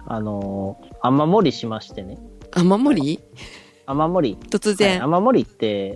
雨漏りしましてね。 雨漏り？ 雨漏り。 突然。 はい、雨漏りって、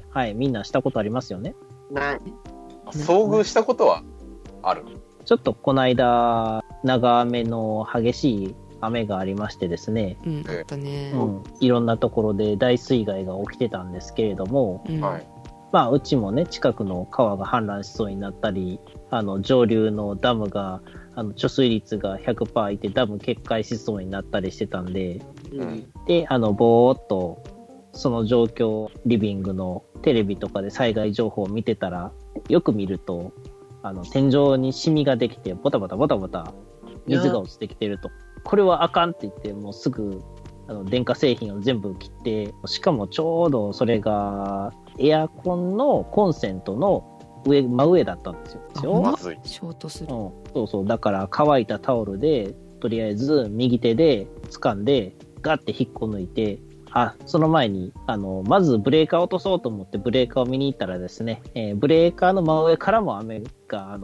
はい、みんなしたことありますよね。 ない。遭遇したことはある。 ちょっとこの間、長雨の激しい雨がありましてですね。 うん、あったね。 うん。いろんなところで大水害が起きてたんですけれども、 はい。 まあ、うちもね、近くの川が氾濫しそうになったり、上流のダムが、貯水率が 100% いてダム決壊しそうになったりしてたんで、 うん、 で、ぼーっと、その状況、リビングのテレビとかで災害情報を見てたら、よく見ると、天井にシミができて、ボタボタボタボタ、水が落ちてきてると。これはあかんって言って、もうすぐ、電化製品を全部切って、しかもちょうどそれが、エアコンのコンセントの真上だったんですよ。 まずい。 ショートする。 そうそう。だから乾いたタオルで、とりあえず右手で掴んで、ガッて引っこ抜いて、その前に、まずブレーカーを落とそうと思ってブレーカーを見に行ったらですね、ブレーカーの真上からも雨が、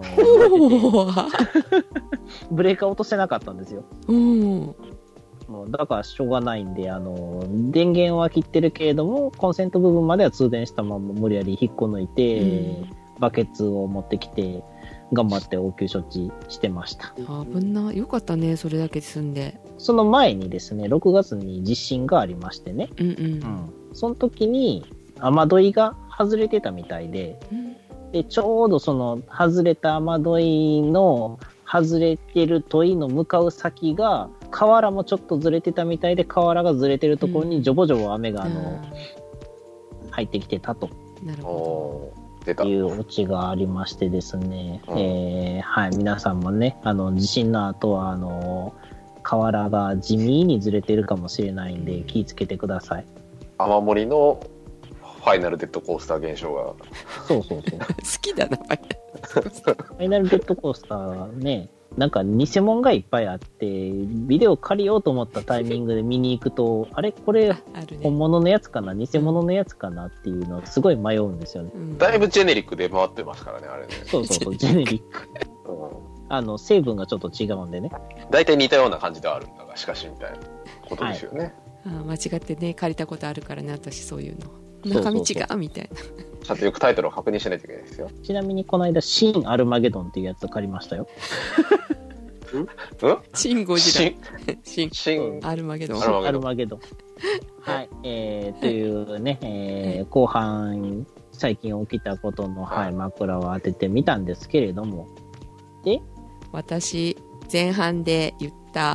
ブレーカー落とせなかったんですよ。だからしょうがないんで、電源は切ってるけれども、コンセント部分までは通電したまま無理やり引っこ抜いて、バケツを持ってきて、頑張って応急処置してました。 危な。よかったね、それだけで済んで。 その前にですね、6月に地震がありましてね。その時に雨どいが外れてたみたいで、で、ちょうどその外れた雨どいの外れてる問いの向かう先が、河原もちょっとずれてたみたいで、河原がずれてるところにジョボジョボ雨が入ってきてたと。 なるほど。いうオチがありましてですね。はい、皆さんもね、地震の後は、河原が地味にずれてるかもしれないんで、気をつけてください。 雨漏りのファイナルデッドコースター現象が。 そうそうそう。 好きだな、ファイナルデッドコースターね、なんか偽物がいっぱいあって、ビデオ借りようと思ったタイミングで見に行くと、あれこれ本物のやつかな、偽物のやつかなっていうのすごい迷うんですよね。 だいぶジェネリックで回ってますからね、あれね。 そうそうそう、ジェネリック。成分がちょっと違うんでね。 大体似たような感じではあるんだが、しかしみたいなことですよね。 間違ってね、借りたことあるからね、私そういうの。中身違うみたいな。 ちゃんとよくタイトルを確認しないといけないですよ。 ちなみにこの間、新アルマゲドンっていうやつを借りましたよ。 新ゴジラ。新アルマゲドン。 アルマゲドン。はい。というね、後半、最近起きたことの、はい、枕を当ててみたんですけれども。で、 私、前半で言った、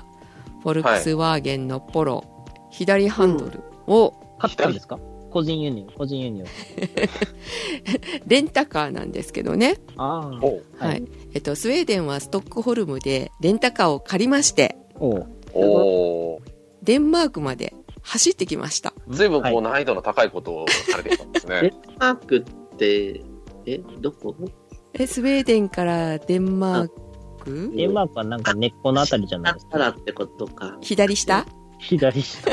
フォルクスワーゲンのポロ、左ハンドルを、 買ったんですか？個人輸入。 レンタカーなんですけどね。 はい。 スウェーデンはストックホルムでレンタカーを借りまして、デンマークまで走ってきました。 随分こう難易度の高いことをされてきたんですね。 デンマークって、どこ？ スウェーデンからデンマーク？ デンマークはなんか根っこのあたりじゃないですか。 ってことか。 左下？ 左下。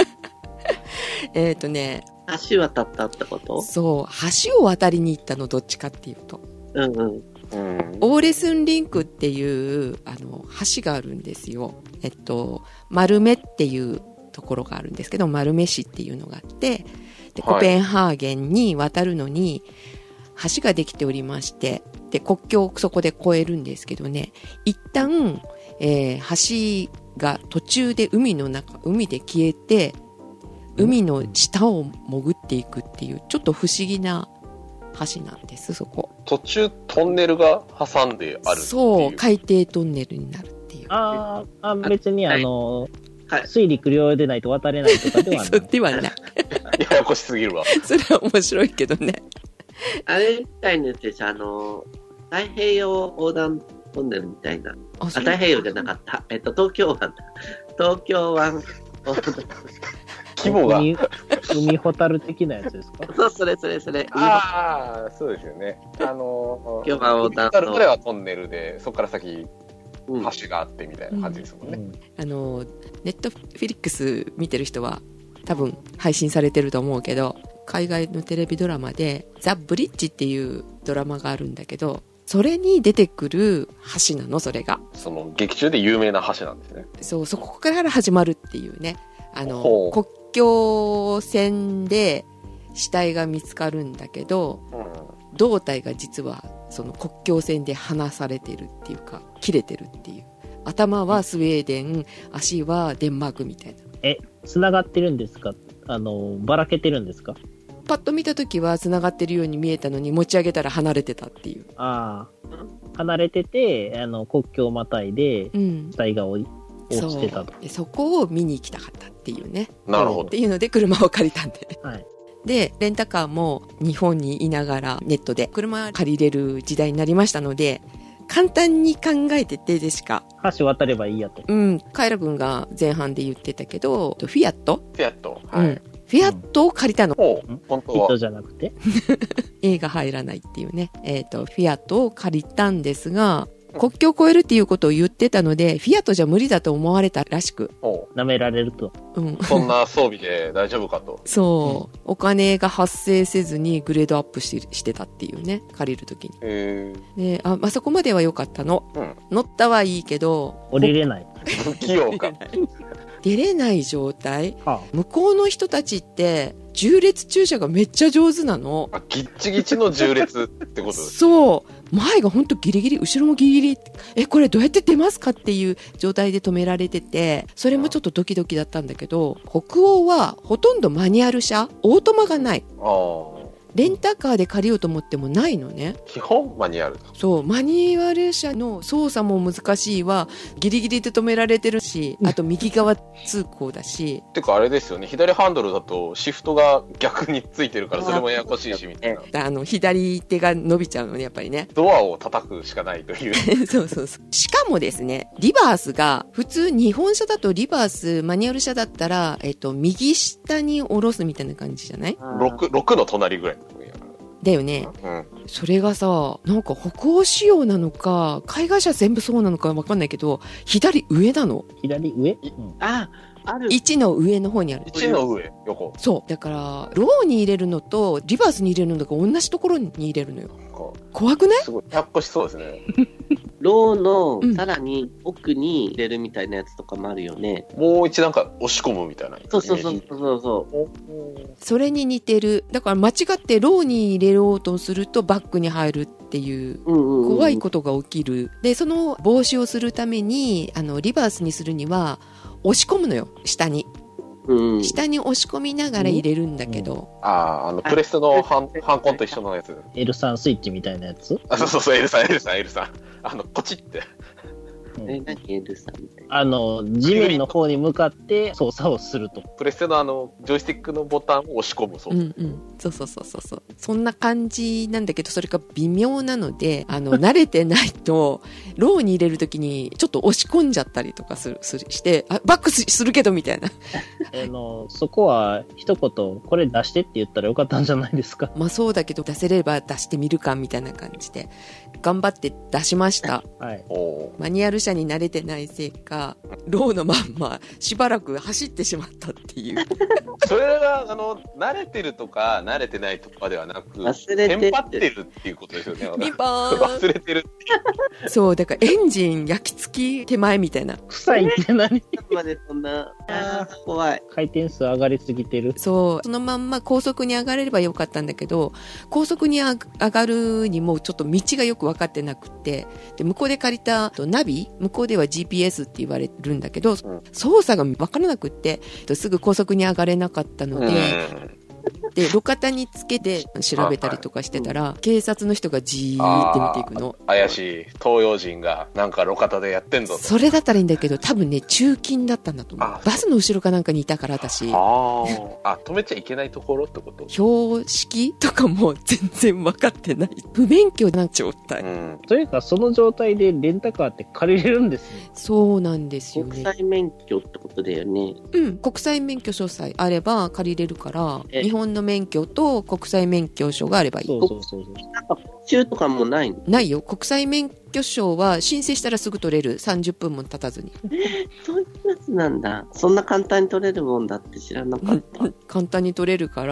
橋渡ったってこと？ そう、橋を渡りに行ったの、どっちかっていうと。オーレスンリンクっていう橋があるんですよ。マルメっていうところがあるんですけど、マルメ市っていうのがあって、でコペンハーゲンに渡るのに橋ができておりまして、で国境をそこで越えるんですけどね、一旦、橋が途中で海で消えて、海の下を潜っていくっていうちょっと不思議な橋なんです。そこ途中トンネルが挟んであるっていう。 そう、海底トンネルになるっていう。 別に水陸両用でないと渡れないとかではない。 そうではない。 ややこしすぎるわ。 それは面白いけどね。 あれみたいなやつでさ、太平洋横断トンネルみたいな。太平洋じゃなかった。東京湾。 規模が海ホタル的なやつですか？ そう、それ。 ああ、そうですよね。 東京湾横断。 ホタルまではトンネルで、そこから先、橋があってみたいな感じですもんね。 ネットフィリックス見てる人は多分配信されてると思うけど、海外のテレビドラマでザ・ブリッジっていうドラマがあるんだけど、 それに出てくる橋なの、それが。 その劇中で有名な橋なんですね。 そう、そこから始まるっていうね。国境線で死体が見つかるんだけど、胴体が実はその国境線で離されてるっていうか、切れてるっていう。頭はスウェーデン、足はデンマークみたいな。 繋がってるんですか？ばらけてるんですか？ パッと見たときは繋がってるように見えたのに、持ち上げたら離れてたっていう。 ああ。離れてて、国境をまたいで、死体が落ちてたと。 そこを見に行きたかったっていうね。 なるほど。 っていうので車を借りたんで。 はい。 で、レンタカーも日本にいながらネットで車借りれる時代になりましたので、簡単に考えててでしか。 橋渡ればいいやと。 カイラ君が前半で言ってたけど、フィアット。 はい。 フィアットを借りたの。 本当は。 人じゃなくて映画入らないっていうね。フィアットを借りたんですが、国境を越えるっていうことを言ってたので、フィアットじゃ無理だと思われたらしく。 舐められると。 そんな装備で大丈夫かと。 そう。お金が発生せずにグレードアップしてたっていうね。借りるときに。で、そこまでは良かったの。乗ったはいいけど。 降りれない。 不器用か。 出れない状態、向こうの人たちって縦列駐車がめっちゃ上手なの。 ギッチギチの縦列ってことです。 そう前がほんとギリギリ、後ろもギリギリ、これどうやって出ますかっていう状態で止められてて、それもちょっとドキドキだったんだけど、北欧はほとんどマニュアル車、オートマがない。レンタカーで借りようと思ってもないのね。 基本マニュアルだ。 そう、マニュアル車の操作も難しいわ。ギリギリで止められてるし、あと右側通行だし。 てかあれですよね、左ハンドルだとシフトが逆についてるからそれもややこしいしみたいな。左手が伸びちゃうのね、やっぱりね。 ドアを叩くしかないという。 そう。しかもですね、リバースが、普通日本車だとリバース、マニュアル車だったら、右下に下ろすみたいな感じじゃない？ 6の隣ぐらい。 だよね、それがさ、なんか北欧仕様なのか海外車全部そうなのか分かんないけど、左上なの。 左上？ ある。 1の上の方にある。 1の上、横。 そう。だから、ローに入れるのと、リバースに入れるのが同じところに入れるのよ。怖くない？ すごい。やっこしそうですね。 ローのさらに奥に入れるみたいなやつとかもあるよね。 もう一なんか押し込むみたいな。 そう。 それに似てる。だから間違ってローに入れようとするとバックに入るっていう怖いことが起きる。で、その防止をするために、リバースにするには押し込むのよ、下に。下に押し込みながら入れるんだけど。 プレステのハンコンと一緒のやつ。 L3 スイッチみたいなやつ？ そう、L3。ポチって。 何 L3 みたいな。 地面の方に向かって操作をすると。 プレステのジョイスティックのボタンを押し込む操作。 そう。そんな感じなんだけど、それが微妙なので、慣れてないと、ローに入れるときにちょっと押し込んじゃったりとかして、バックするけどみたいな。 そこは一言、これ出してって言ったらよかったんじゃないですか。 まあそうだけど、出せれば出してみるかみたいな感じで、頑張って出しました。 はい。 マニュアル車に慣れてないせいか、ローのまんましばらく走ってしまったっていう。 それは慣れてるとか慣れてないとかではなく、テンパってるっていうことですよね。 ピンポーン。 忘れてるっていう。 そう、だからエンジン焼き付き手前みたいな。 臭いって何？ までそんな怖い。 回転数上がりすぎてる。 そう、そのまんま高速に上がれればよかったんだけど、高速に上がるにもちょっと道がよく分かってなくて、で向こうで借りたナビ、向こうでは GPS って言われるんだけど、操作が分からなくってすぐ高速に上がれなかったので、で路肩につけて調べたりとかしてたら、警察の人がじーって見ていくの。 怪しい東洋人がなんか路肩でやってんぞ。 それだったらいいんだけど、多分ね中勤だったんだと思う。バスの後ろかなんかにいたから私。 止めちゃいけないところってこと？ 標識とかも全然分かってない、不免許な状態。 というかその状態でレンタカーって借りれるんですね。 そうなんですよね。 国際免許ってことだよね。 国際免許証さえあれば借りれるから、日本の免許と国際免許証があればいい。 そう。 なんか習とかもないの？ ないよ。国際免許証は申請したらすぐ取れる。30分も経たずに。 そういうやつなんだ。そんな簡単に取れるもんだって知らなかった。 簡単に取れるから、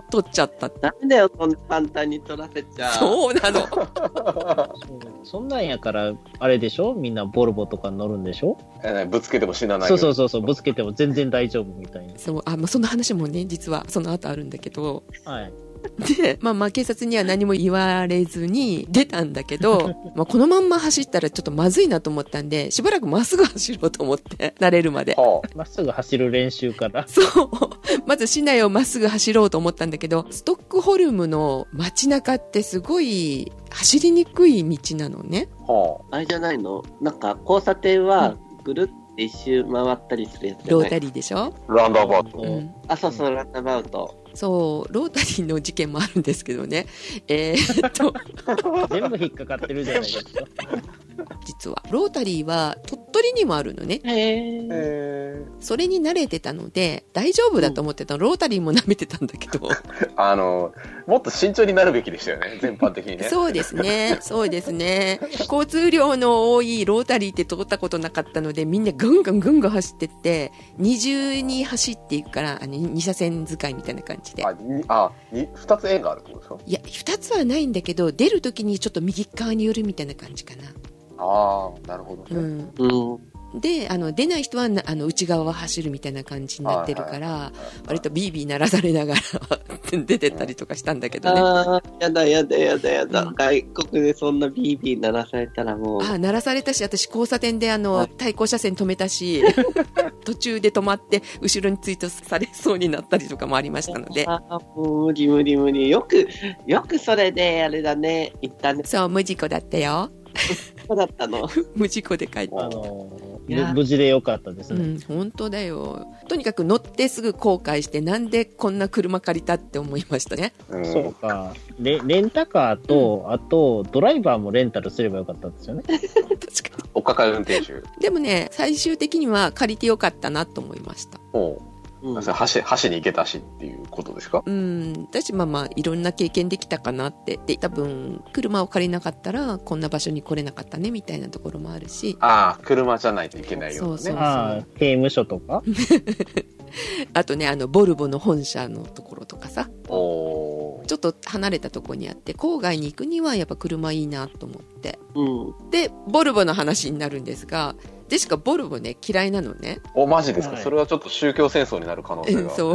取っちゃった。 ダメだよ、そんな簡単に取らせちゃう。 そうなの。 そんなんやから、あれでしょ？みんなボルボとか乗るんでしょ？ ぶつけても死なない。 そう、ぶつけても全然大丈夫みたいな。 そう、その話もね、実はその後あるんだけど。 はい。 で、警察には何も言われずに出たんだけど、このまんま走ったらちょっとまずいなと思ったんで、しばらくまっすぐ走ろうと思って、慣れるまで。 まっすぐ走る練習から。 そう。まず市内をまっすぐ走ろうと思ったんだけど、ストックホルムの街中ってすごい走りにくい道なのね。 あれじゃないの？なんか交差点はぐるって一周回ったりするやつじゃない？ ロータリーでしょ？ ランダーバウト。 そう、ランダーバウト。 そう、ロータリーの事件もあるんですけどね。 全部引っかかってるじゃないですか。 実は。ロータリーは鳥取にもあるのね。それに慣れてたので、大丈夫だと思ってたの。ロータリーも舐めてたんだけど。 もっと慎重になるべきでしたよね。全般的にね。 そうですね。そうですね。交通量の多いロータリーって通ったことなかったので、みんなぐんぐん走ってって、二重に走っていくから、二車線使いみたいな感じで。 二つ円があるってことですか？ いや、二つはないんだけど、出るときにちょっと右側に寄るみたいな感じかな。 なるほどね。 で、出ない人は内側を走るみたいな感じになってるから、割とビービー鳴らされながら出てったりとかしたんだけどね。 やだ。外国でそんなビービー鳴らされたらもう。 鳴らされたし、私交差点で対向車線止めたし、途中で止まって後ろに追突されそうになったりとかもありましたので。 もう無理。よくそれであれだね、言ったね。 そう、無事故だったよ。 そうだったの？ 無事故で帰った。 無事でよかったですね。 本当だよ。とにかく乗ってすぐ後悔して、なんでこんな車借りたって思いましたね。 そうか。レンタカーと、あと、ドライバーもレンタルすればよかったんですよね。確かに。お抱え運転手。 でもね、最終的には借りてよかったなと思いました。 箸に行けたしっていうことですか？ 私いろんな経験できたかなって。で、多分、車を借りなかったら、こんな場所に来れなかったね、みたいなところもあるし。 車じゃないといけないようなね。 そう。 刑務所とかあとね、ボルボの本社のところとかさ。ちょっと離れたところにあって、郊外に行くにはやっぱ車いいなと思って。で、ボルボの話になるんですが、ジェシカ、ボルボね、嫌いなのね。 マジですか？それはちょっと宗教戦争になる可能性が。 そう。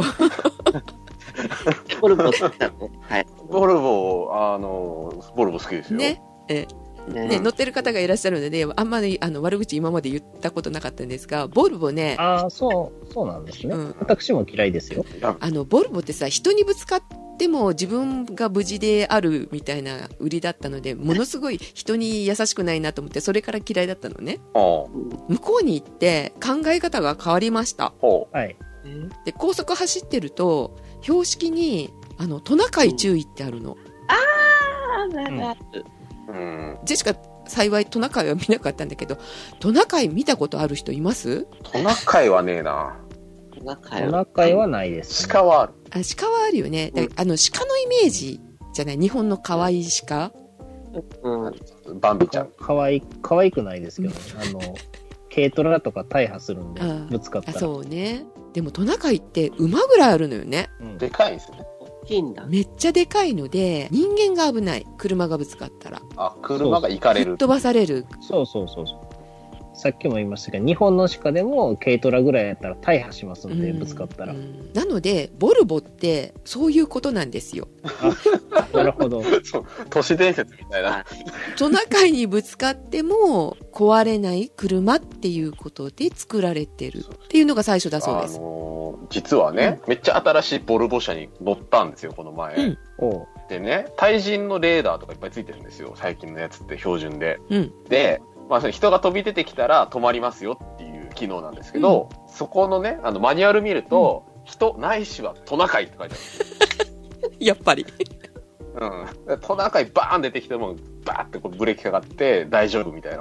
ボルボ好きなの？はい。 ボルボ好きですよ。 ね、乗ってる方がいらっしゃるので、あんまり悪口今まで言ったことなかったんですが、ボルボね。 そうなんですね。私も嫌いですよ。 ボルボってさ、人にぶつかっても自分が無事であるみたいな売りだったので、ものすごい人に優しくないなと思って、それから嫌いだったのね。向こうに行って考え方が変わりました。で、高速走ってると、標識にトナカイ注意ってあるの。ジェシカ幸いトナカイは見なかったんだけど、トナカイ見たことある人います？ トナカイはねえな。 トナカイはないです、 ね。鹿はある。 鹿はあるよね。鹿のイメージじゃない？日本の可愛い鹿？ バンビちゃん。 可愛くないですけど、軽トラとか大破するんで、ぶつかったら。 そうね。でもトナカイって馬ぐらいあるのよね。 でかいですね。 めっちゃでかいので、人間が危ない。車がぶつかったら。 車が行かれる。 吹っ飛ばされる。 そう。さっきも言いましたけど、日本の鹿でも軽トラぐらいやったら大破しますので、ぶつかったら。 なので、ボルボってそういうことなんですよ。 なるほど。 都市伝説みたいな。 トナカイにぶつかっても壊れない車っていうことで作られてるっていうのが最初だそうです。 実はね、めっちゃ新しいボルボ車に乗ったんですよ、この前。でね、対人のレーダーとかいっぱいついてるんですよ、最近のやつって標準で。で、人が飛び出てきたら止まりますよっていう機能なんですけど、そこのね、マニュアル見ると、人ないしはトナカイって書いてある。 やっぱり。 トナカイバーン出てきても、バーってこうブレーキかかって大丈夫みたいな。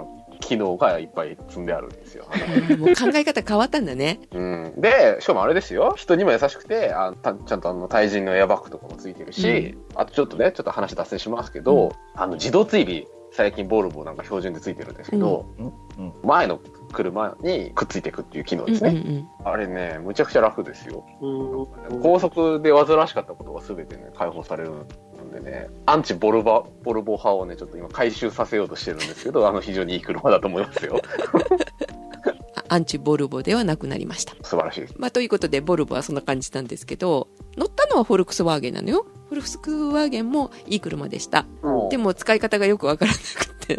機能がいっぱい積んであるんですよ。 もう考え方変わったんだね。 うん。で、しかもあれですよ。人にも優しくて、ちゃんと対人のエアバッグとかもついてるし、あとちょっと話脱線しますけど、自動追尾、最近ボルボなんか標準でついてるんですけど、前の車にくっついていくっていう機能ですね。あれね、むちゃくちゃ楽ですよ。高速で煩わしかったことが全てね、解放されるのでね、アンチボルボ派をね、ちょっと今回収させようとしてるんですけど、非常にいい車だと思いますよ。 アンチボルボではなくなりました。 素晴らしいです。 ということで、ボルボはそんな感じなんですけど、乗ったのはフォルクスワーゲンなのよ。フォルクスワーゲンもいい車でした。でも使い方がよくわからなくて。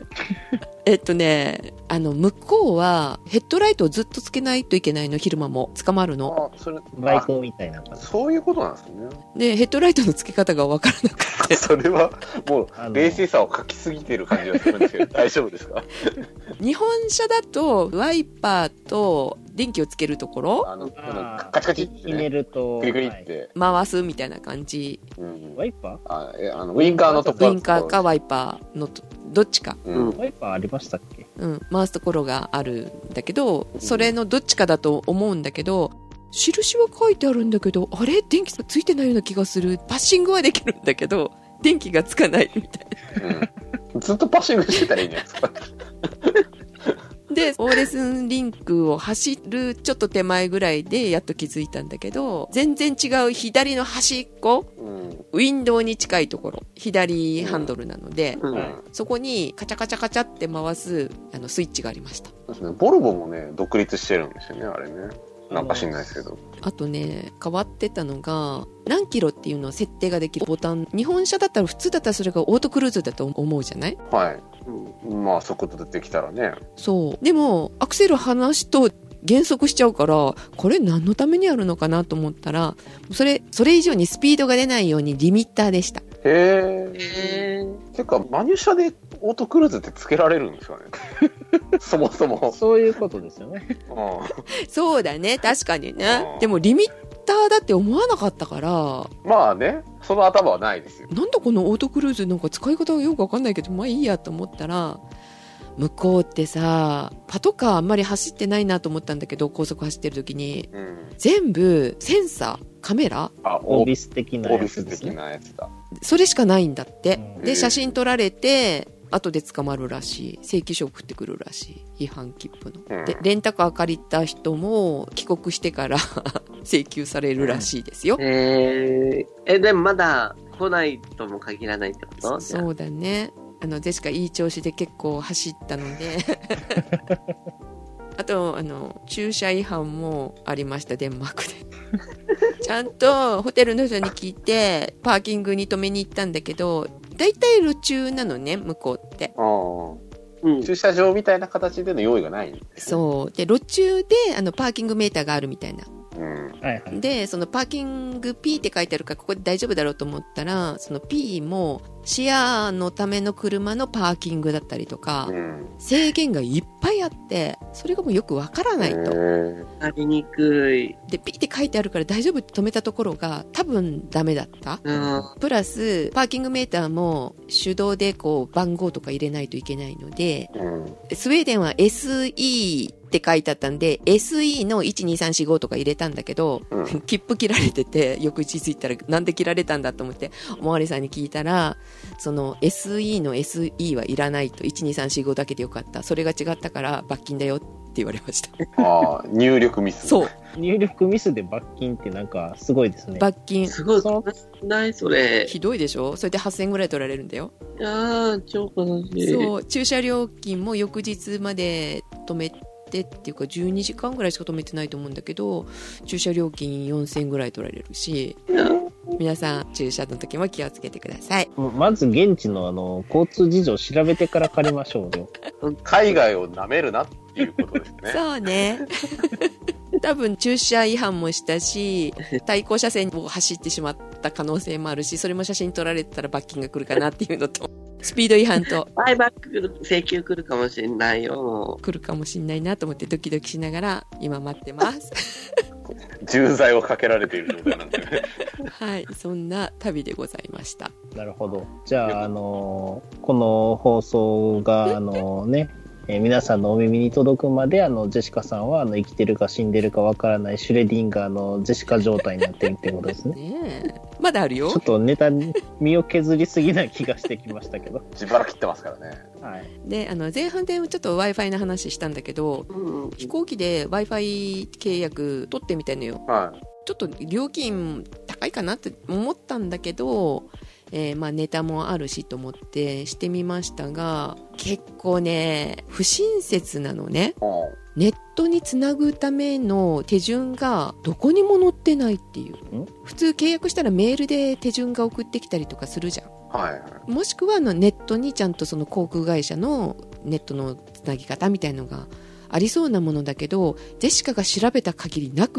向こうはヘッドライトをずっとつけないといけないの、昼間も捕まるの。 それバイクみたいな感じ。 そういうことなんですね。 で、ヘッドライトのつけ方がわからなくて。 それはもう冷静さを書きすぎてる感じがするんですけど、大丈夫ですか？ 日本車だとワイパーと電気をつけるところ、 カチカチって、ね、 ひねるとクリクリって回すみたいな感じ。 ワイパー？ウインカーのところ。 ウインカーかワイパーのどっちか。 ワイパーありましたっけ？ 回すところがあるんだけど、それのどっちかだと思うんだけど、印は書いてあるんだけど、あれ電気ついてないような気がする。パッシングはできるんだけど、電気がつかないみたいな。ずっとパッシングしてたらいいんじゃないですか。 で、オーレスンリンクを走るちょっと手前ぐらいでやっと気づいたんだけど、全然違う左の端っこ、ウィンドウに近いところ、左ハンドルなので、そこにカチャカチャカチャって回すスイッチがありました。 そうですね。ボルボもね、独立してるんですよね、あれね。なんか知んないですけど。 あとね、変わってたのが、何キロっていうのを設定ができるボタン。日本車だったら普通だったらそれがオートクルーズだと思うじゃない？ はい。まあ、速度できたらね。 そう。でも、アクセル離すと減速しちゃうから、これ何のためにあるのかなと思ったら、それ以上にスピードが出ないようにリミッターでした。 へー。てか、マニュ車でオートクルーズってつけられるんですかね？そもそも。 そういうことですよね。 そうだね、確かにね。でもリミッターだって思わなかったから。 まあね、その頭はないですよ。 なんだこのオートクルーズ、なんか使い方がよくわかんないけど、まあいいやと思ったら、向こうってさ、パトカーあんまり走ってないなと思ったんだけど、高速走ってる時に、全部センサー、カメラ、 オービス的なやつですね。オービス的なやつだ。 それしかないんだって。で、写真撮られて、後で捕まるらしい。請求書送ってくるらしい。違反切符の。で、レンタカー借りた人も帰国してから請求されるらしいですよ。 でもまだ来ないとも限らないってこと？ そうだね。ジェシカいい調子で結構走ったのであと駐車違反もありました、デンマークでちゃんとホテルの人に聞いてパーキングに止めに行ったんだけど、だいたい路中なのね、向こうって。 駐車場みたいな形での用意がないんですね。 そうで、路中でパーキングメーターがあるみたいな。で、そのパーキング P って書いてあるからここで大丈夫だろうと思ったら、その P もシェアのための車のパーキングだったりとか、制限がいっぱいあって、それがもうよくわからないと。 ありにくい。 で、P って書いてあるから大丈夫って止めたところが多分ダメだった。プラス、パーキングメーターも手動でこう番号とか入れないといけないので、スウェーデンは SEって書いてあったんで SE の12345とか入れたんだけど、切符切られてて、翌日着いたらなんで切られたんだと思っておまわりさんに聞いたら、その SE の SE はいらないと、12345だけでよかった、それが違ったから罰金だよって言われました入力ミス。 そう、 入力ミスで罰金ってなんかすごいですね。 罰金すごいない、それひどいでしょ。それで8000円ぐらい取られるんだよ。 いやー、超悲しい。 そう、駐車料金も翌日まで止めてっていうか12時間ぐらいしか止めてないと思うんだけど、駐車料金4000円ぐらい取られるし、皆さん駐車の時も気をつけてください。 まず現地の交通事情を調べてから借りましょうよ。 海外を舐めるなっていうことですね。 そうね多分駐車違反もしたし、対向車線を走ってしまった可能性もあるし、それも写真撮られたら罰金が来るかなっていうのと、スピード違反とバイバック請求来るかもしれないよ。 来るかもしれないなと思ってドキドキしながら今待ってます重罪をかけられている状態なんでねはい、そんな旅でございました。 なるほど。じゃあこの放送がね皆さんのお耳に届くまで、ジェシカさんは、生きてるか死んでるかわからないシュレディンガーのジェシカ状態になってるってことですね。 ねえ。まだあるよ。 ちょっとネタに身を削りすぎない気がしてきましたけど。 自腹切ってますからね。 はい。で、前半でちょっと Wi-Fi の話したんだけど、飛行機で Wi-Fi 契約取ってみたいのよ。はい。ちょっと料金高いかなって思ったんだけど、まあネタもあるしと思ってしてみましたが、結構ね、不親切なのね。ネットにつなぐための手順がどこにも載ってないっていう。普通契約したらメールで手順が送ってきたりとかするじゃん。はい。もしくはネットにちゃんとその航空会社のネットのつなぎ方みたいのがありそうなものだけど、ジェシカが調べた限りなくって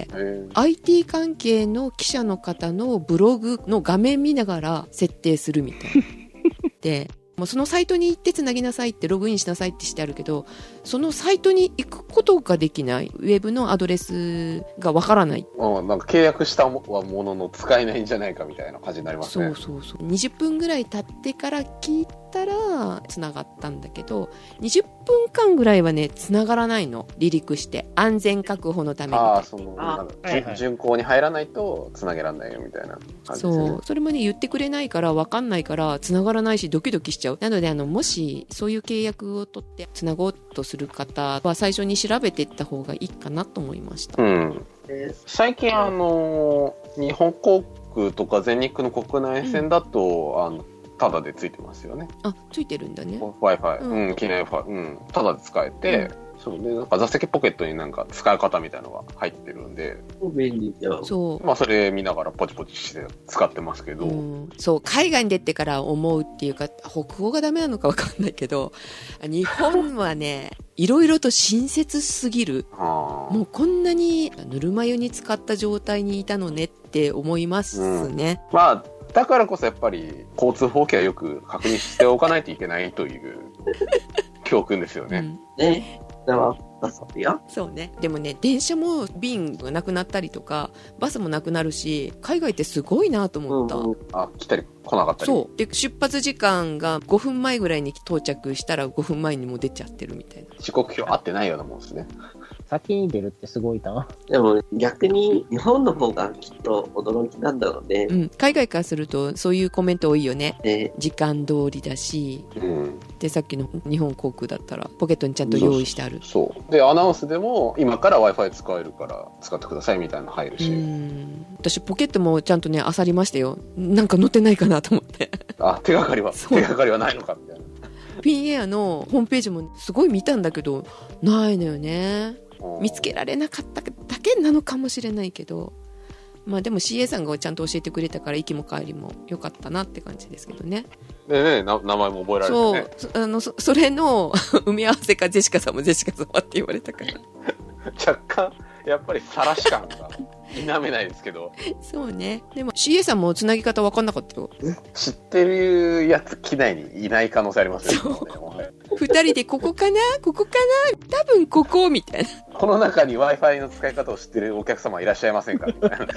、IT 関係の記者の方のブログの画面見ながら設定するみたいな。で、もうそのサイトに行ってつなぎなさいってログインしなさいってしてあるけど、そのサイトに行くことができない、ウェブのアドレスがわからない。 なんか契約したものの使えないんじゃないかみたいな感じになりますね。 そう。20分ぐらい経ってから聞いたら繋がったんだけど、20分間ぐらいはね繋がらないの。離陸して安全確保のために。 巡航に入らないと繋げられないよみたいな感じですね。 そう、それもね言ってくれないから分かんないから繋がらないしドキドキしちゃう。なのでもしそういう契約を取って繋ごうとする方は最初に調べていった方がいいかなと思いました。 最近日本航空とか全日空の国内線だと、タダでついてますよね。 あ、ついてるんだね。 Wi-Fi、機内 Wi-Fi、タダで使えて、そうでなんか座席ポケットになんか使い方みたいなのが入ってるんで、 便利じゃん。 そう。 まあそれ見ながらポチポチして使ってますけど、 そう海外に出てから思うっていうか、北欧がダメなのかわかんないけど、日本はね。いろいろと親切すぎる。もうこんなにぬるま湯に浸かった状態にいたのねって思いますね。 まあだからこそやっぱり交通法規はよく確認しておかないといけないという教訓ですよね。 ね。 そうね。でもね、電車も便がなくなったりとかバスもなくなるし、海外ってすごいなと思った。 来たり来なかったり。 そうで、出発時間が5分前ぐらいに到着したら5分前にもう出ちゃってるみたいな。 時刻表合ってないようなもんですね。 先に出るってすごいな。 でも逆に日本の方がきっと驚きなんだろうね。 海外からするとそういうコメント多いよね。時間通りだし、でさっきの日本航空だったらポケットにちゃんと用意してある。 そうでアナウンスでも今から Wi-Fi 使えるから使ってくださいみたいなの入るし。 私ポケットもちゃんとね漁りましたよ。なんか載ってないかなと思って。 手がかりはないのかみたいな。 ピンエアのホームページもすごい見たんだけどないのよね。見つけられなかっただけなのかもしれないけど、まあでも CA さんがちゃんと教えてくれたから行きも帰りも良かったなって感じですけどね。 名前も覚えられてね。それの埋め合わせかジェシカさんもジェシカ様って言われたから若干やっぱり晒し感が否めないですけど。 そうね。でも CA さんもつなぎ方分かんなかったよ。 知ってるやつ機内にいない可能性ありますよね。 二人でここかな多分ここみたいな。 この中に Wi-Fi の使い方を知ってるお客様いらっしゃいませんかみたいな。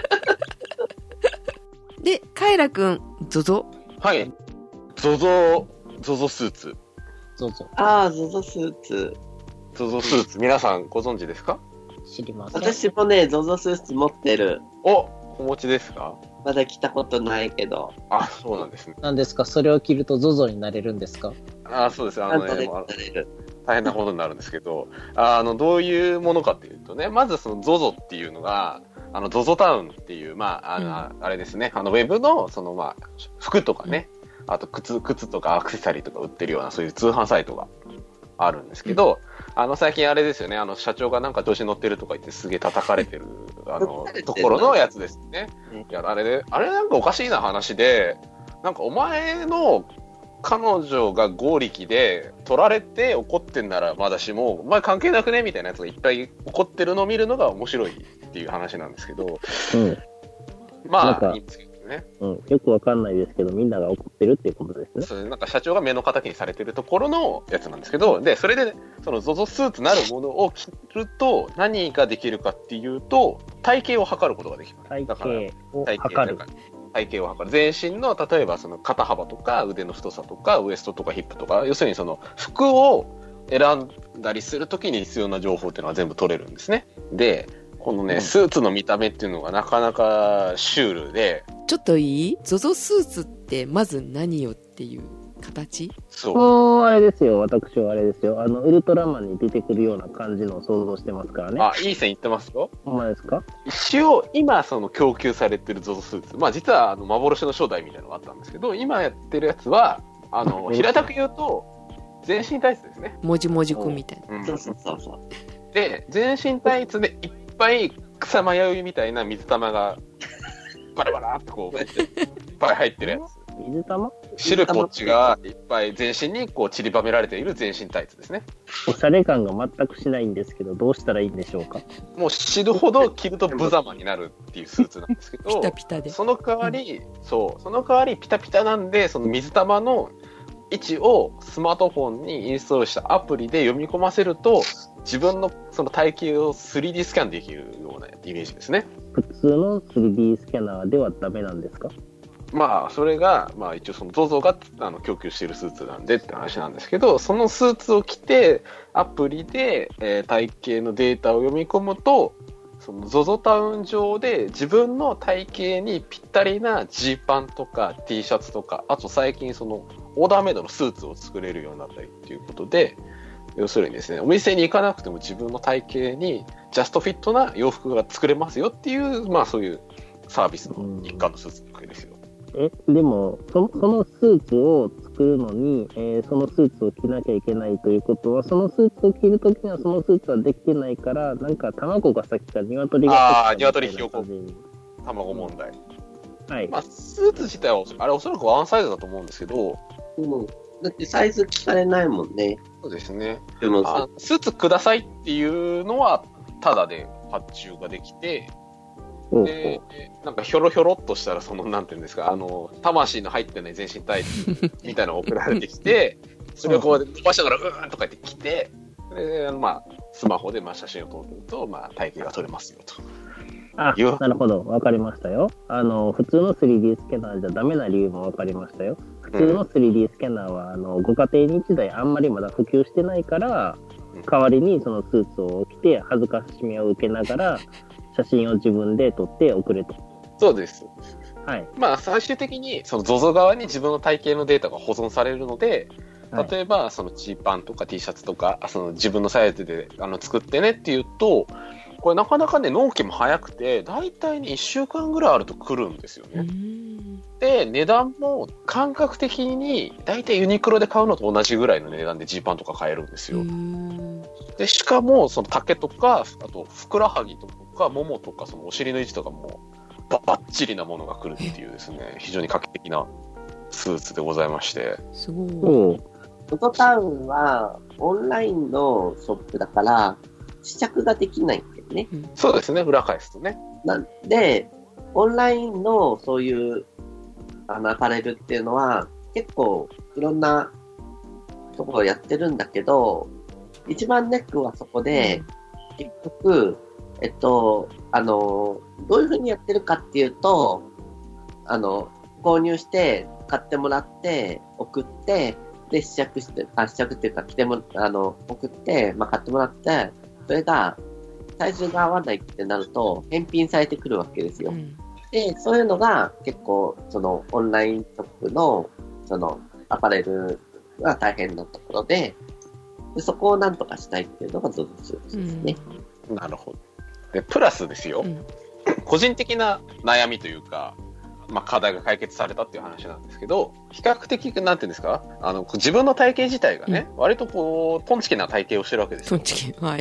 で、カエラくん、ZOZO。 はい。ZOZOスーツ。 ZOZOスーツ。 ZOZOスーツ、皆さんご存知ですか？ 知りません。 私もね、ZOZOスーツ持ってる。 お持ちですか？ まだ着たことないけど。 あ、そうなんですね。 なんですか？それを着ると ZOZO になれるんですか？ そうです。大変なことになるんですけど、どういうものかっていうとね、まずその ZOZO っていうのが、ZOZO タウンっていう、あれですね、ウェブの、服とかね、あと靴とかアクセサリーとか売ってるような、そういう通販サイトがあるんですけど、最近あれですよね、社長がなんか調子乗ってるとか言ってすげえ叩かれてる、ところのやつですね。いや、あれなんかおかしいな話で、なんかお前の彼女が合力で取られて怒ってんならまだしも、お前関係なくねみたいなやつがいっぱい怒ってるのを見るのが面白いっていう話なんですけど、まあいいんですけどね。 よくわかんないですけど、みんなが怒ってるっていうことですね。 それなんか社長が目の敵にされてるところのやつなんですけど、で、それで、その ZOZO スーツなるものを着ると何ができるかっていうと、体型を測ることができる。 体型を測る。 体型を測る。全身の、例えばその肩幅とか腕の太さとかウエストとかヒップとか、要するにその服を選んだりするときに必要な情報っていうのは全部取れるんですね。で、このね、スーツの見た目っていうのがなかなかシュールで。 ちょっといい？ ZOZO スーツってまず何よっていう形？ そう。あれですよ、私はあれですよ。ウルトラマンに出てくるような感じのを想像してますからね。 あ、いい線いってますよ。 ほんまですか？ 一応、今、供給されてる ZOZO スーツ。まあ、実は、幻の初代みたいなのがあったんですけど、今やってるやつは、平たく言うと、全身タイツですね。 もじもじくんみたいな。 そうそうそう。 で、全身タイツでいっぱい草間彌生みたいな水玉が、バラバラっとこう、いっぱい入ってるやつ。 水玉？ 白いポッチがいっぱい全身にこう散りばめられている全身タイツですね。 おしゃれ感が全くしないんですけど、どうしたらいいんでしょうか？ もう知るほど着ると無様になるっていうスーツなんですけど、 ピタピタで。 その代わりピタピタなんで、その水玉の位置をスマートフォンにインストールしたアプリで読み込ませると、自分のその体型を 3D スキャンできるようなイメージですね。 普通の 3D スキャナーではダメなんですか？ まあ、それが、まあ一応その ZOZO が供給しているスーツなんでって話なんですけど、そのスーツを着て、アプリで、体型のデータを読み込むと、その ZOZO タウン上で自分の体型にぴったりなジーパンとか T シャツとか、あと最近そのオーダーメイドのスーツを作れるようになったりっていうことで、要するにですね、お店に行かなくても自分の体型にジャストフィットな洋服が作れますよっていう、まあそういうサービスの一環のスーツなわけですよ。 でもそのスーツを作るのに、そのスーツを着なきゃいけないということは、そのスーツを着るときにはそのスーツはできてないから、なんか卵が先か鶏が先か。 ああ、鶏ひよこ卵問題。はい。まあ、スーツ自体は、あれおそらくワンサイズだと思うんですけど。 だってサイズ聞かれないもんね。 そうですね。でもスーツくださいっていうのは、タダで発注ができて、で、なんかひょろひょろっとしたら、なんていうんですか、魂の入ってない全身タイツみたいなのが送られてきて、それをこう飛ばしながら、うーんとか言って来て、で、まあ、スマホで写真を撮ると、まあ、体型が撮れますよと。 あ、なるほど。わかりましたよ。普通の 3D スキャナーじゃダメな理由もわかりましたよ。普通の 3D スキャナーは、ご家庭に1台あんまりまだ普及してないから、代わりにそのスーツを着て、恥ずかしみを受けながら、写真を自分で撮って送れと。 そうです。 はい。 まあ、最終的に、その ZOZO 側に自分の体型のデータが保存されるので、例えば、そのジーパンとか T シャツとか、その自分のサイズで作ってねっていうと、これなかなかね、納期も早くて、だいたい1週間ぐらいあると来るんですよね。で、値段も感覚的に、だいたいユニクロで買うのと同じぐらいの値段でジーパンとか買えるんですよ。で、しかも、その丈とか、あと、ふくらはぎとか、ももとか、そのお尻の位置とかも、バッチリなものが来るっていうですね、非常に画期的なスーツでございまして。 すごい。 ZOZOタウンは、オンラインのショップだから、試着ができないんだよね。 そうですね、裏返すとね。 なんで、オンラインのそういうアパレルっていうのは、結構いろんなところやってるんだけど、一番ネックはそこで、結局、どういうふうにやってるかっていうと、購入して、買ってもらって、送って、で、試着っていうか、送って、買ってもらって、それが、サイズが合わないってなると、返品されてくるわけですよ。で、そういうのが結構、オンラインショップの、アパレルが大変なところで、そこをなんとかしたいっていうのがZOZOスーツですね。 なるほど。で、プラスですよ、個人的な悩みというか、課題が解決されたっていう話なんですけど、比較的、なんていうんですか、自分の体型自体がね、割とこう、トンチキな体型をしてるわけですよ。 トンチキ、はい。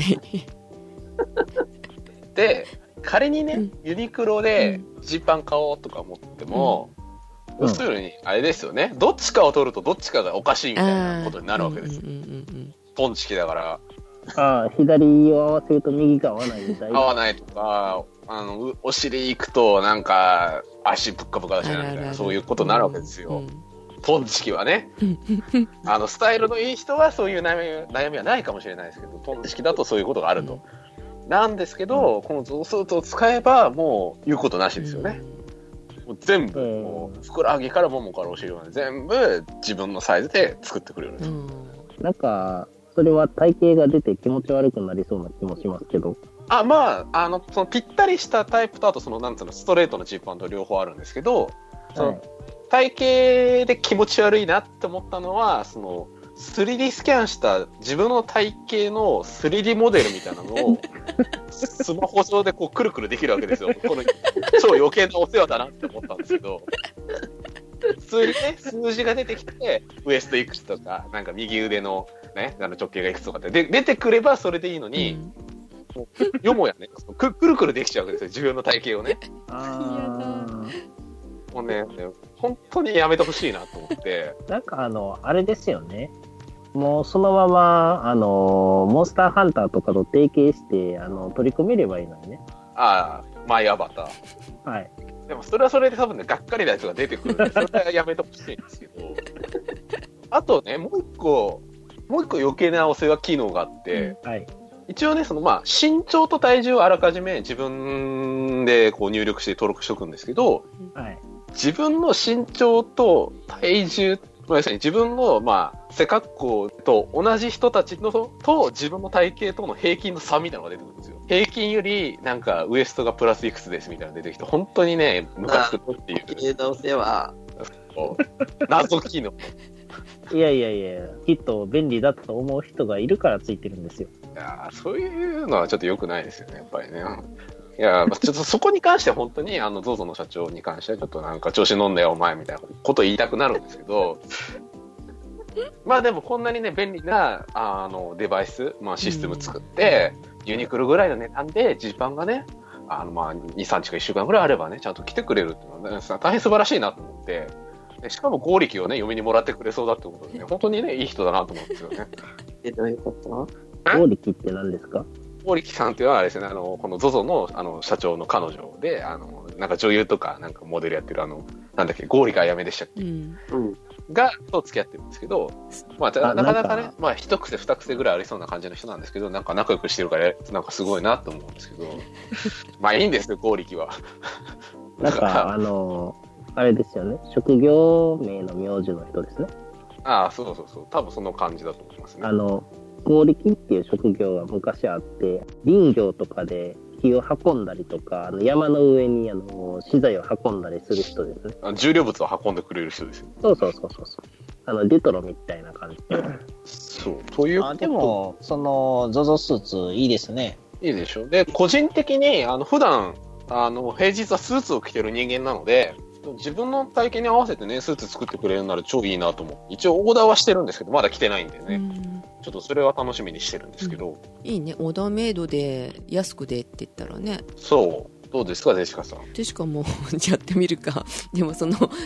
で、仮にね、ユニクロでジーパン買おうとか思っても、要するに、あれですよね、どっちかを取るとどっちかがおかしいみたいなことになるわけですよ。トンチキだから。 左を合わせると右が合わないみたいな。 合わないとか、お尻行くとなんか足ぶっかぶかだしなみたいな、そういうことになるわけですよ。トンチキはね。スタイルのいい人はそういう悩みはないかもしれないですけど、トンチキだとそういうことがあると。なんですけど、このZOZOスーツを使えばもう言うことなしですよね。もう全部、もうふくらはぎからももからお尻まで全部自分のサイズで作ってくれるんですよ。 なんかそれは体型が出て気持ち悪くなりそうな気もしますけど。 まあ、そのぴったりしたタイプと、あとなんつうの、ストレートのジーパンと両方あるんですけど、その体型で気持ち悪いなって思ったのは、3D スキャンした自分の体型の 3D モデルみたいなのをスマホ上でこうくるくるできるわけですよ。この超余計なお世話だなって思ったんですけど、普通にね、数字が出てきて、ウエストいくつとか、なんか右腕のね、直径がいくつとかって出てくればそれでいいのに、よもやね、くるくるできちゃうわけですよ、自分の体型をね。もうね、本当にやめてほしいなと思って。 なんかあれですよね。もうそのまま、モンスターハンターとかと提携して、取り組めればいいのにね。 マイアバター。 はい。 でもそれはそれで多分ね、がっかりなやつが出てくるんで、それはやめてほしいんですけど。あとね、もう一個余計なお世話機能があって、 はい。 一応ね、身長と体重をあらかじめ自分でこう入力して登録しておくんですけど、 はい。 自分の身長と体重、要するに自分の、背格好と同じ人たちのと自分の体型との平均の差みたいなのが出てくるんですよ。平均よりなんかウエストがプラスいくつですみたいなのが出てきて、本当にね、ムカつくっていう。 どうせは謎機能。 いや、きっと便利だと思う人がいるからついてるんですよ。 いや、そういうのはちょっと良くないですよね、やっぱりね。いや、ちょっとそこに関しては本当に、ZOZO の社長に関してはちょっとなんか調子乗んだよお前みたいなこと言いたくなるんですけど、でもこんなにね、便利な、デバイス、システム作って、ユニクロぐらいの値段で、ジーパンがね、2、3日か1週間ぐらいあればね、ちゃんと来てくれるっていうのは、ね、大変素晴らしいなと思って、しかも合力をね、嫁にもらってくれそうだってことでね、本当にね、いい人だなと思うんですよね。 どういうこと？ 合力って何ですか？ 合力さんっていうのはあれですね、この ZOZO の、社長の彼女で、なんか女優とか、なんかモデルやってるなんだっけ、合力あやめでしたっけ？と付き合ってるんですけど、なかなかね、一癖二癖ぐらいありそうな感じの人なんですけど、なんか仲良くしてるから、なんかすごいなと思うんですけど、いいんですよ、合力は。 なんか、あれですよね、職業名の名字の人ですね。 そう、多分その感じだと思いますね。 合力っていう職業が昔あって、林業とかで木を運んだりとか、山の上に資材を運んだりする人ですね。 重量物を運んでくれる人ですよ。 そう。レトロみたいな感じ。 そう。ということ。 でも、ZOZO スーツいいですね。 いいでしょ。で、個人的に、普段、平日はスーツを着てる人間なので、自分の体型に合わせてね、スーツ作ってくれるなら超いいなと思う。一応オーダーはしてるんですけど、まだ着てないんでね。ちょっとそれは楽しみにしてるんですけど。 いいね。オーダーメイドで安くでって言ったらね。 そう。どうですか、ジェシカさん。 ジェシカもやってみるか。でも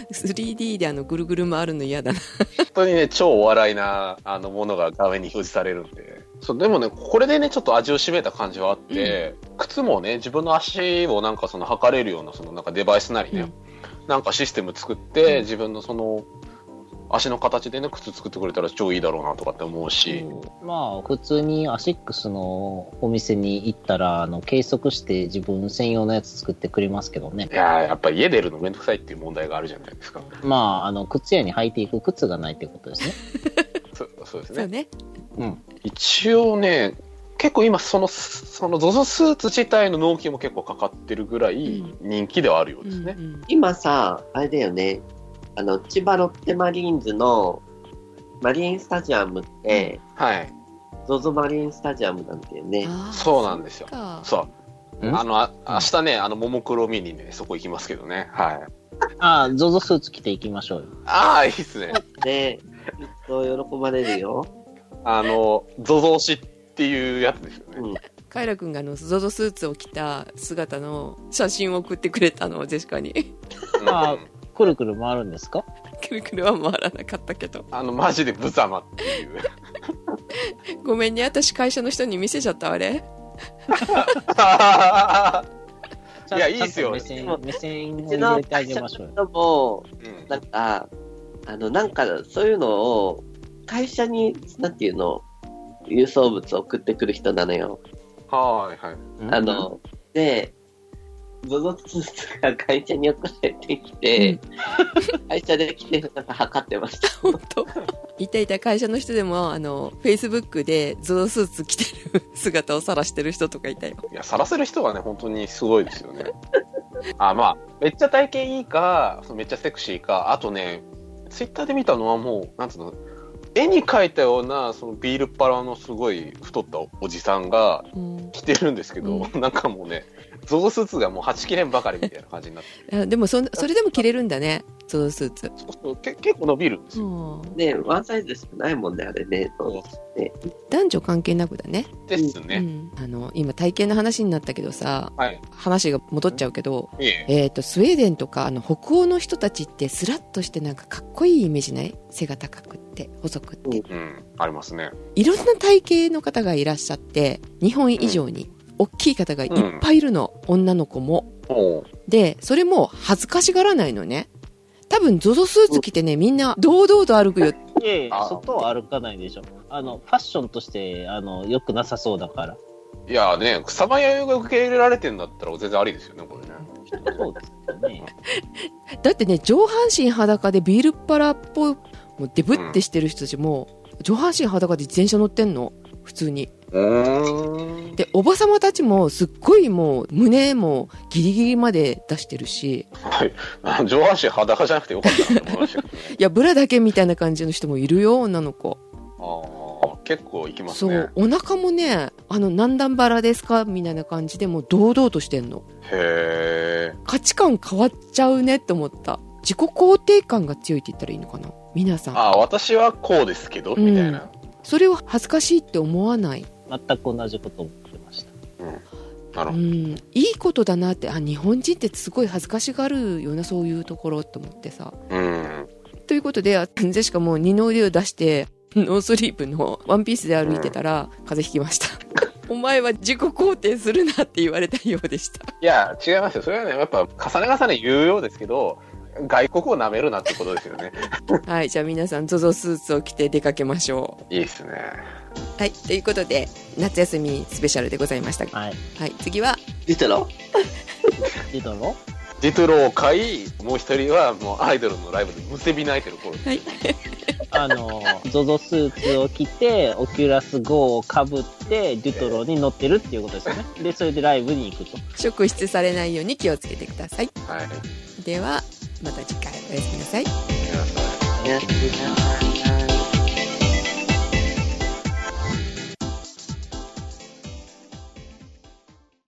3D でぐるぐる回るの嫌だな。 本当にね、超お笑いな、ものが画面に表示されるんで。でもね、これでね、ちょっと味を占めた感じはあって、靴もね、自分の足をなんか測れるような、なんかデバイスなりね、なんかシステム作って、自分の足の形でね、靴作ってくれたら超いいだろうなとかって思うし。 普通にアシックスのお店に行ったら、計測して自分専用のやつ作ってくれますけどね。 いやー、やっぱり家出るのめんどくさいっていう問題があるじゃないですか。 靴屋に履いていく靴がないってことですね。 そうですね。 そうね。 一応ね、結構今ZOZOスーツ自体の納期も結構かかってるぐらい人気ではあるようですね。 今さ、あれだよね。千葉ロッテマリーンズのマリーンスタジアムって、ZOZO マリーンスタジアムなんてね。 そうなんですよ。そう。明日ね、ももクロ見にね、そこ行きますけどね。 ZOZO スーツ着ていきましょうよ。 いいっすね。 ね、きっと喜ばれるよ。 ZOZO 推しっていうやつですよね。 カイラ君がZOZO スーツを着た姿の写真を送ってくれたの、ジェシカに。 くるくる回るんですか？ くるくるは回らなかったけど。 マジでブザマっていう。 ごめんね、私会社の人に見せちゃったあれ。 いや、いいっすよ。 目線を入れてあげましょうよ。 もなんか、そういうのを、会社に、なんていうの、郵送物を送ってくる人なのよ。 はい。 で、 ゾゾスーツが会社に送られてきて、会社で来て、なんか測ってました。 本当いた会社の人でも、Facebook でゾゾスーツ着てる姿を晒してる人とかいたよ。 いや、晒せる人がね、本当にすごいですよね。まあ、めっちゃ体型いいか、めっちゃセクシーか、あとね、ツイッターで見たのはもう、なんつうの、絵に描いたような、そのビールっ腹のすごい太ったおじさんが着てるんですけど、なんかもうね、ゾゾスーツがもうはち切れんばかりみたいな感じになってでもそれでも着れるんだね、ゾゾスーツ。 そう結構伸びるんですよ。 ね、ワンサイズしかないもんね、あれね。 ね、男女関係なくだね。 ですね。 今体型の話になったけどさ、 はい、 話が戻っちゃうけど、スウェーデンとか北欧の人たちってスラッとしてなんかかっこいいイメージない？背が高くって細くって、 ありますね。 いろんな体型の方がいらっしゃって、日本以上に大きい方がいっぱいいるの、女の子も。で、それも恥ずかしがらないのね。多分ゾゾスーツ着てね、みんな堂々と歩くよ。 いやいや、外は歩かないでしょ。ファッションとして良くなさそうだから。 いやね、草間彌生が受け入れられてんだったら全然ありですよね、これね。 そうですよね。 だってね、上半身裸でビールっ腹っぽい、もうデブってしてる人たちも、上半身裸で自転車乗ってんの、普通に。で、おばさまたちもすっごいもう胸もギリギリまで出してるし、 はい、上半身裸じゃなくてよかったなと思いましたけどね。 いや、ブラだけみたいな感じの人もいるよ、女の子。 結構いきますね。 そう、お腹もね、何段バラですかみたいな感じでもう堂々としてんの。 へー。 価値観変わっちゃうねって思った。自己肯定感が強いって言ったらいいのかな、皆さん。 私はこうですけど、みたいな。 それを恥ずかしいって思わない。 全く同じこと思ってました。 いいことだなって、日本人ってすごい恥ずかしがるような、そういうところと思ってさ。ということで、ジェシカも二の腕を出してノースリーブのワンピースで歩いてたら、風邪ひきました。お前は自己肯定するなって言われたようでした。 いや、違いますよ。それはね、やっぱ重ね言うようですけど、外国を舐めるなってことですよね。 はい、じゃあ皆さんゾゾスーツを着て出かけましょう。いいですね。 はい、ということで夏休みスペシャルでございました。 はい。 はい、次はジトロジトロを買い、もう一人はもうアイドルのライブでむせび泣いてる頃です。 はい。 ゾゾスーツを着て、オキュラス GO をかぶって、デュトロに乗ってるっていうことですよね。で、それでライブに行くと。 職質されないように気をつけてください。 はい。 では、また次回おやすみなさい。 おやすみなさい。 おやすみなさい。